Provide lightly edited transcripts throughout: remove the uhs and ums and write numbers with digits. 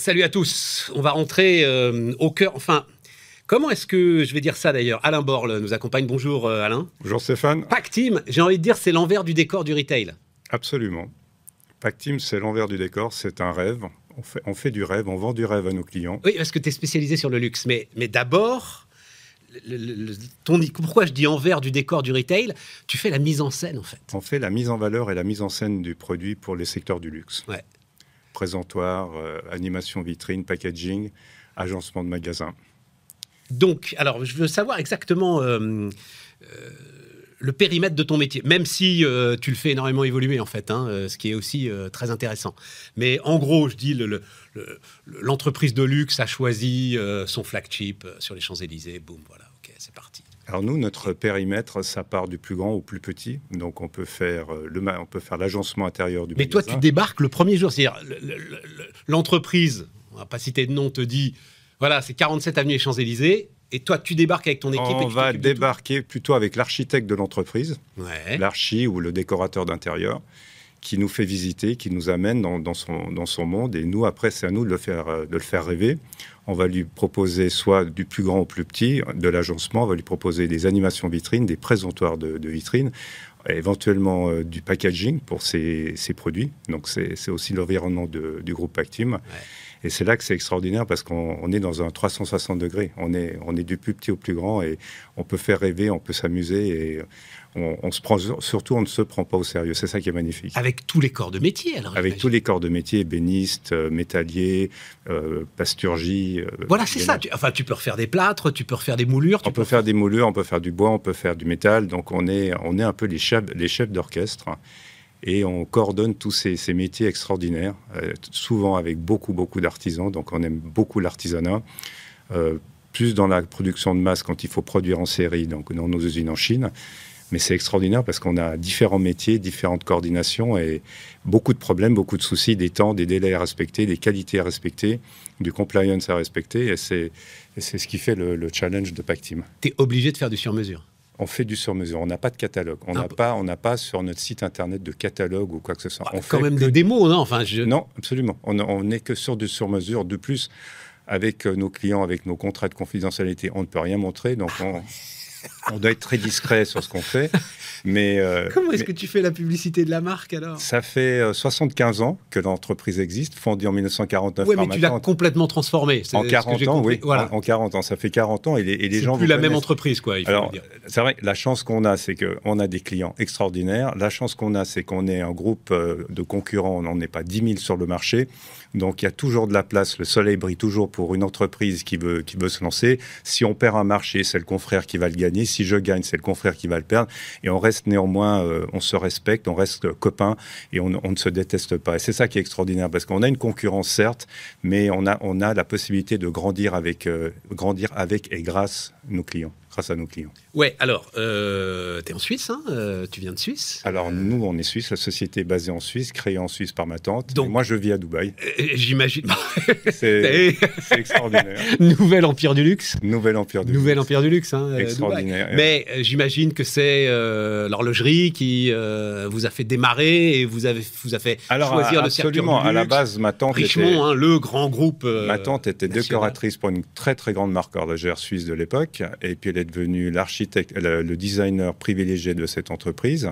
salut à tous. On va rentrer au cœur, enfin, comment est-ce que je vais dire ça d'ailleurs? Alain Borle nous accompagne. Bonjour Alain. Bonjour Stéphane. Pacteam, j'ai envie de dire, c'est l'envers du décor du retail. Absolument. Pacteam, c'est l'envers du décor, c'est un rêve. On fait du rêve, on vend du rêve à nos clients. Oui, parce que tu es spécialisé sur le luxe. Mais d'abord, pourquoi je dis envers du décor du retail? Tu fais la mise en scène, en fait. On fait la mise en valeur et la mise en scène du produit pour les secteurs du luxe. Ouais. Présentoir, animation vitrine, packaging, agencement de magasins. Donc, alors, je veux savoir exactement le périmètre de ton métier, même si tu le fais énormément évoluer, en fait, ce qui est aussi très intéressant. Mais en gros, je dis, l'entreprise de luxe a choisi son flagship sur les Champs-Élysées. Boum, voilà, ok, c'est parti. Alors nous, notre périmètre, ça part du plus grand au plus petit. Donc on peut faire l'agencement intérieur du magasin. Mais toi, tu débarques le premier jour. C'est-à-dire, l'entreprise, on ne va pas citer de nom, te dit, voilà, c'est 47 avenue des Champs-Élysées. Et toi, tu débarques avec ton équipe. On va débarquer plutôt avec l'architecte de l'entreprise, l'archi ou le décorateur d'intérieur, qui nous fait visiter, qui nous amène dans son monde. Et nous, après, c'est à nous de le faire rêver. On va lui proposer soit du plus grand au plus petit, de l'agencement, on va lui proposer des animations vitrines, des présentoirs de vitrines, éventuellement du packaging pour ses produits. Donc, c'est aussi l'environnement du groupe Pacteam. Ouais. Et c'est là que c'est extraordinaire parce qu'on est dans un 360 degrés. On est du plus petit au plus grand et on peut faire rêver, on peut s'amuser et on se prend, surtout on ne se prend pas au sérieux. C'est ça qui est magnifique. Avec tous les corps de métier, alors. Avec tous les corps de métier, ébénistes, métalliers, plasturgie. Voilà, c'est ça. Tu peux refaire des plâtres, tu peux refaire des moulures. On peut faire des moulures, on peut faire du bois, on peut faire du métal. Donc on est un peu les chefs d'orchestre. Et on coordonne tous ces métiers extraordinaires, souvent avec beaucoup d'artisans. Donc on aime beaucoup l'artisanat. Plus dans la production de masse quand il faut produire en série, donc dans nos usines en Chine. Mais c'est extraordinaire parce qu'on a différents métiers, différentes coordinations et beaucoup de problèmes, beaucoup de soucis, des temps, des délais à respecter, des qualités à respecter, du compliance à respecter. Et c'est ce qui fait le challenge de Pacteam. Tu es obligé de faire du sur-mesure. On fait du sur-mesure. On n'a pas de catalogue. On n'a pas sur notre site internet de catalogue ou quoi que ce soit. On fait quand même des démos, non? Non, absolument. On n'est que sur du sur-mesure. De plus, avec nos clients, avec nos contrats de confidentialité, on ne peut rien montrer. Donc, on doit être très discret sur ce qu'on fait. Mais, comment est-ce que tu fais la publicité de la marque, alors? Ça fait 75 ans que l'entreprise existe, fondée en 1949 par mais tu l'as complètement transformée. En 40 ans, oui. Voilà. En 40 ans, ça fait 40 ans. Et les gens plus la même entreprise, quoi, il faut alors, le dire. C'est vrai, la chance qu'on a, c'est qu'on a des clients extraordinaires. La chance qu'on a, c'est qu'on est un groupe de concurrents. On n'en est pas 10 000 sur le marché. Donc, il y a toujours de la place. Le soleil brille toujours pour une entreprise qui veut se lancer. Si on perd un marché, c'est le confrère qui va le gagner. Si je gagne, c'est le confrère qui va le perdre. Et on reste néanmoins, on se respecte, on reste copains et on ne se déteste pas. Et c'est ça qui est extraordinaire parce qu'on a une concurrence, certes, mais on a la possibilité de grandir avec et grâce à nos clients. Ouais, alors, tu es en Suisse, tu viens de Suisse. Alors, nous, on est suisse, la société est basée en Suisse, créée en Suisse par ma tante. Donc, moi, je vis à Dubaï. J'imagine. C'est extraordinaire. Nouvel empire du luxe. Nouvel empire du luxe, extraordinaire. Dubaï. Mais j'imagine que c'est l'horlogerie qui vous a fait démarrer et vous a fait choisir le circuit du luxe. À la base, ma tante Richemont, le grand groupe ma tante était national. Décoratrice pour une très, très grande marque horlogère suisse de l'époque. Et puis, elle est devenue l'architecte, le designer privilégié de cette entreprise.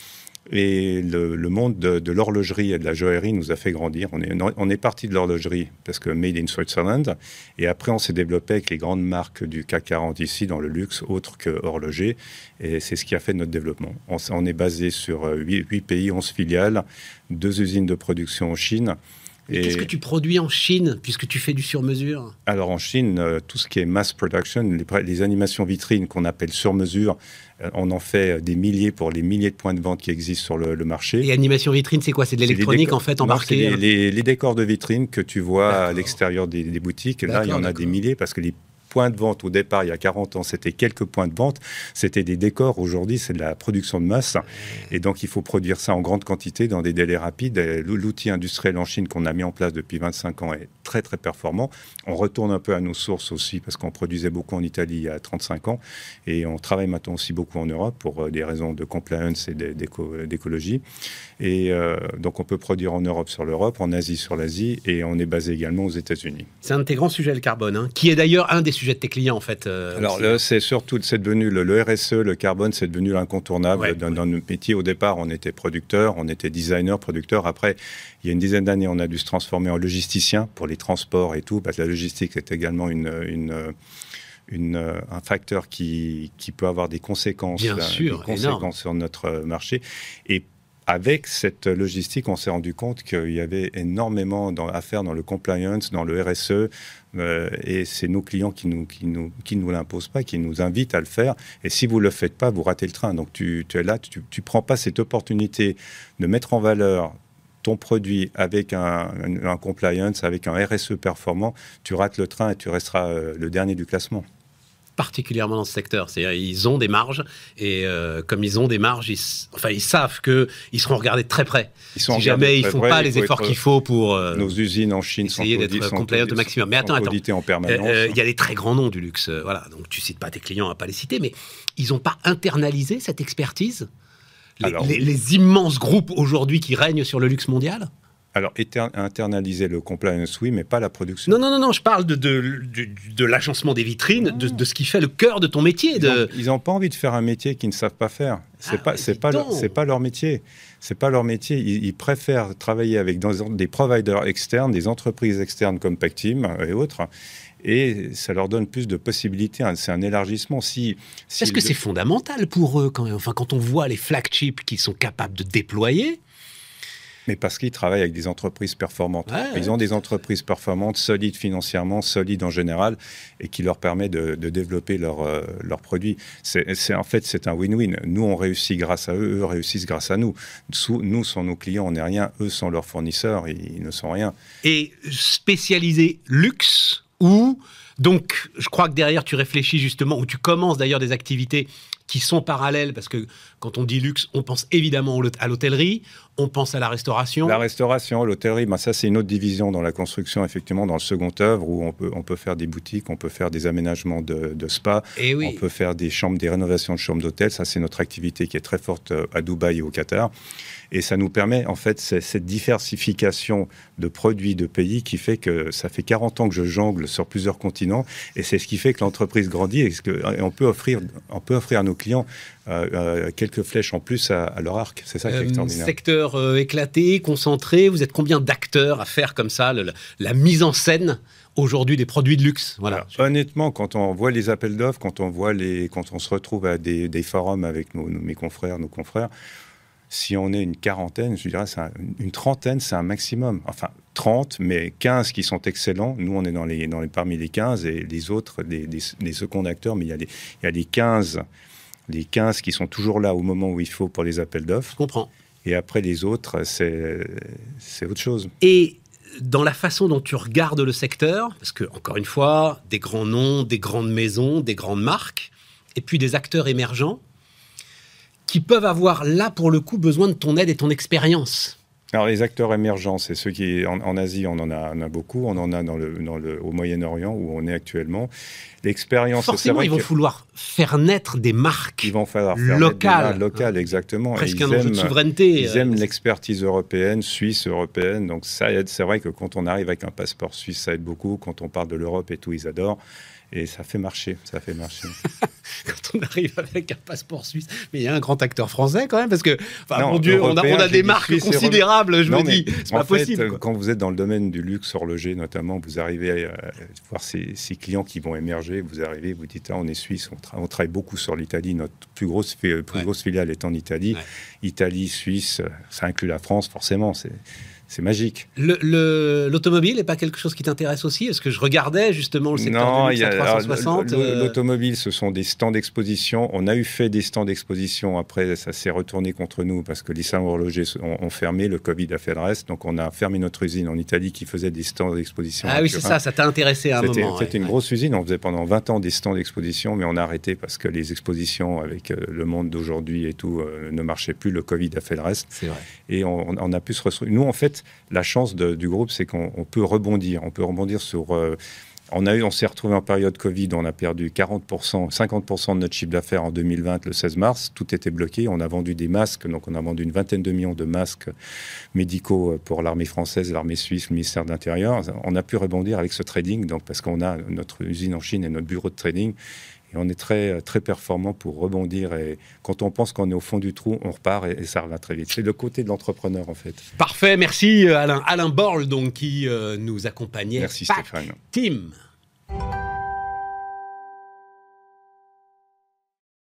Et le monde de l'horlogerie et de la joaillerie nous a fait grandir. On est parti de l'horlogerie parce que made in Switzerland. Et après, on s'est développé avec les grandes marques du CAC 40 ici, dans le luxe, autre que horloger. Et c'est ce qui a fait notre développement. On est basé sur 8 pays, 11 filiales, 2 usines de production en Chine. Et qu'est-ce que tu produis en Chine, puisque tu fais du sur-mesure? Alors en Chine, tout ce qui est mass production, les animations vitrines qu'on appelle sur-mesure, on en fait des milliers pour les milliers de points de vente qui existent sur le marché. Et animation vitrine, c'est quoi? C'est de l'électronique en fait embarquée? C'est les décors de vitrine que tu vois à l'extérieur des boutiques. Là, il y en a des milliers parce que les points de vente au départ, il y a 40 ans, c'était quelques points de vente, c'était des décors. Aujourd'hui, c'est de la production de masse. Et donc, il faut produire ça en grande quantité dans des délais rapides. L'outil industriel en Chine qu'on a mis en place depuis 25 ans est très, très performant. On retourne un peu à nos sources aussi parce qu'on produisait beaucoup en Italie il y a 35 ans. Et on travaille maintenant aussi beaucoup en Europe pour des raisons de compliance et d'écologie. Et donc, on peut produire en Europe sur l'Europe, en Asie sur l'Asie, et on est basé également aux États-Unis. C'est un de tes grands sujets, le carbone, hein, qui est d'ailleurs un des sujets de tes clients, en fait. Alors, c'est surtout, c'est devenu le RSE, le carbone, c'est devenu l'incontournable dans notre métier. Au départ, on était producteur, on était designer, producteur. Après, il y a une dizaine d'années, on a dû se transformer en logisticien pour les transports et tout, parce que la logistique est également un facteur qui peut avoir des conséquences, sur notre marché. Et avec cette logistique, on s'est rendu compte qu'il y avait énormément à faire dans le compliance, dans le RSE, et c'est nos clients qui nous l'imposent pas, qui nous invitent à le faire. Et si vous le faites pas, vous ratez le train. Donc tu es là, tu prends pas cette opportunité de mettre en valeur ton produit avec un compliance, avec un RSE performant, tu rates le train et tu resteras le dernier du classement. Particulièrement dans ce secteur. C'est-à-dire ils ont des marges et comme ils ont des marges, ils savent qu'ils seront regardés de très près. Si jamais ils ne font pas les efforts qu'il faut pour... nos usines en Chine essayer d'être compliant au maximum. Mais attends. En permanence. Il y a des très grands noms du luxe. Voilà. Donc tu ne cites pas tes clients, on ne va pas les citer, mais ils n'ont pas internalisé cette expertise les immenses groupes aujourd'hui qui règnent sur le luxe mondial? Alors, internaliser le compliance, oui, mais pas la production. Non, je parle de l'agencement des vitrines, de ce qui fait le cœur de ton métier. Ils n'ont pas envie de faire un métier qu'ils ne savent pas faire. C'est pas leur métier. C'est pas leur métier. Ils préfèrent travailler avec des providers externes, des entreprises externes comme Pactim et autres. Et ça leur donne plus de possibilités. C'est un élargissement. Est-ce que c'est fondamental pour eux quand même? Enfin, quand on voit les flagships qu'ils sont capables de déployer? Mais parce qu'ils travaillent avec des entreprises performantes. Ils ont des entreprises performantes, solides financièrement, solides en général, et qui leur permet de développer leurs produits. En fait, c'est un win-win. Nous, on réussit grâce à eux, eux réussissent grâce à nous. Nous, sans nos clients, on n'est rien. Eux, sans leurs fournisseurs, ils ne sont rien. Et spécialisé luxe ou... Donc, je crois que derrière, tu réfléchis justement, ou tu commences d'ailleurs des activités qui sont parallèles, parce que quand on dit luxe, on pense évidemment à l'hôtellerie, on pense à la restauration. La restauration, l'hôtellerie, ça c'est une autre division dans la construction, effectivement, dans le second œuvre, où on peut faire des boutiques, on peut faire des aménagements de spa, on peut faire des rénovations de chambres d'hôtel. Ça, c'est notre activité qui est très forte à Dubaï et au Qatar. Et ça nous permet, en fait, cette diversification de produits, de pays, qui fait que ça fait 40 ans que je jongle sur plusieurs continents, et c'est ce qui fait que l'entreprise grandit, et on peut offrir à nos clients quelques flèches en plus à leur arc. C'est ça qui est extraordinaire. Secteur éclaté, concentré, vous êtes combien d'acteurs à faire comme ça, la mise en scène aujourd'hui des produits de luxe? Voilà. Honnêtement, quand on voit les appels d'offres, quand on se retrouve à des forums avec mes confrères, nos confrères, si on est une quarantaine, je dirais une trentaine, c'est un maximum. Enfin, 30, mais 15 qui sont excellents. Nous, on est parmi les 15, et les autres, des seconds acteurs, mais il y a les 15 qui sont toujours là au moment où il faut pour les appels d'offres. Je comprends. Et après, les autres, c'est autre chose. Et dans la façon dont tu regardes le secteur, parce que, encore une fois, des grands noms, des grandes maisons, des grandes marques, et puis des acteurs émergents, qui peuvent avoir, là, pour le coup, besoin de ton aide et ton expérience. Alors, les acteurs émergents, c'est ceux qui... En Asie, on en a beaucoup. On en a au Moyen-Orient, où on est actuellement. L'expérience... Forcément, ils vont vouloir faire naître des marques locales. Ils vont falloir faire locales, exactement. Presque un enjeu de souveraineté. Ils aiment l'expertise européenne, suisse, européenne. Donc, ça aide. C'est vrai que quand on arrive avec un passeport suisse, ça aide beaucoup. Quand on parle de l'Europe et tout, ils adorent. Et ça fait marcher. Quand on arrive avec un passeport suisse, mais il y a un grand acteur français quand même, parce que, mon Dieu, on a des marques considérables, je me dis, c'est pas possible. Quand vous êtes dans le domaine du luxe horloger, notamment, vous arrivez à voir ces clients qui vont émerger, vous dites, on est suisse, on travaille beaucoup sur l'Italie, notre plus grosse filiale est en Italie. Ouais. Italie, Suisse, ça inclut la France, forcément, c'est magique. L'automobile n'est pas quelque chose qui t'intéresse aussi? Est-ce que je regardais justement le secteur du luxe à 360? L'automobile, ce sont des stands d'exposition. On a fait des stands d'exposition. Après, ça s'est retourné contre nous parce que les salons horlogers ont fermé. Le Covid a fait le reste. Donc, on a fermé notre usine en Italie qui faisait des stands d'exposition. Ah oui, c'est ça t'a intéressé à un moment. C'était une grosse usine. On faisait pendant 20 ans des stands d'exposition, mais on a arrêté parce que les expositions avec le monde d'aujourd'hui et tout ne marchaient plus. Le Covid a fait le reste. C'est vrai. Et on a pu se retrouver. Nous, en fait, la chance du groupe, c'est qu'on peut rebondir. On peut rebondir sur... on s'est retrouvé en période Covid, on a perdu 40%, 50% de notre chiffre d'affaires en 2020, le 16 mars. Tout était bloqué. On a vendu des masques. Donc, on a vendu une vingtaine de millions de masques médicaux pour l'armée française, l'armée suisse, le ministère de l'Intérieur. On a pu rebondir avec ce trading, donc, parce qu'on a notre usine en Chine et notre bureau de trading. Et on est très, très performant pour rebondir. Et quand on pense qu'on est au fond du trou, on repart et ça va très vite. C'est le côté de l'entrepreneur, en fait. Parfait. Merci Alain. Alain Borle, donc, qui nous accompagnait. Merci Stéphane. Team.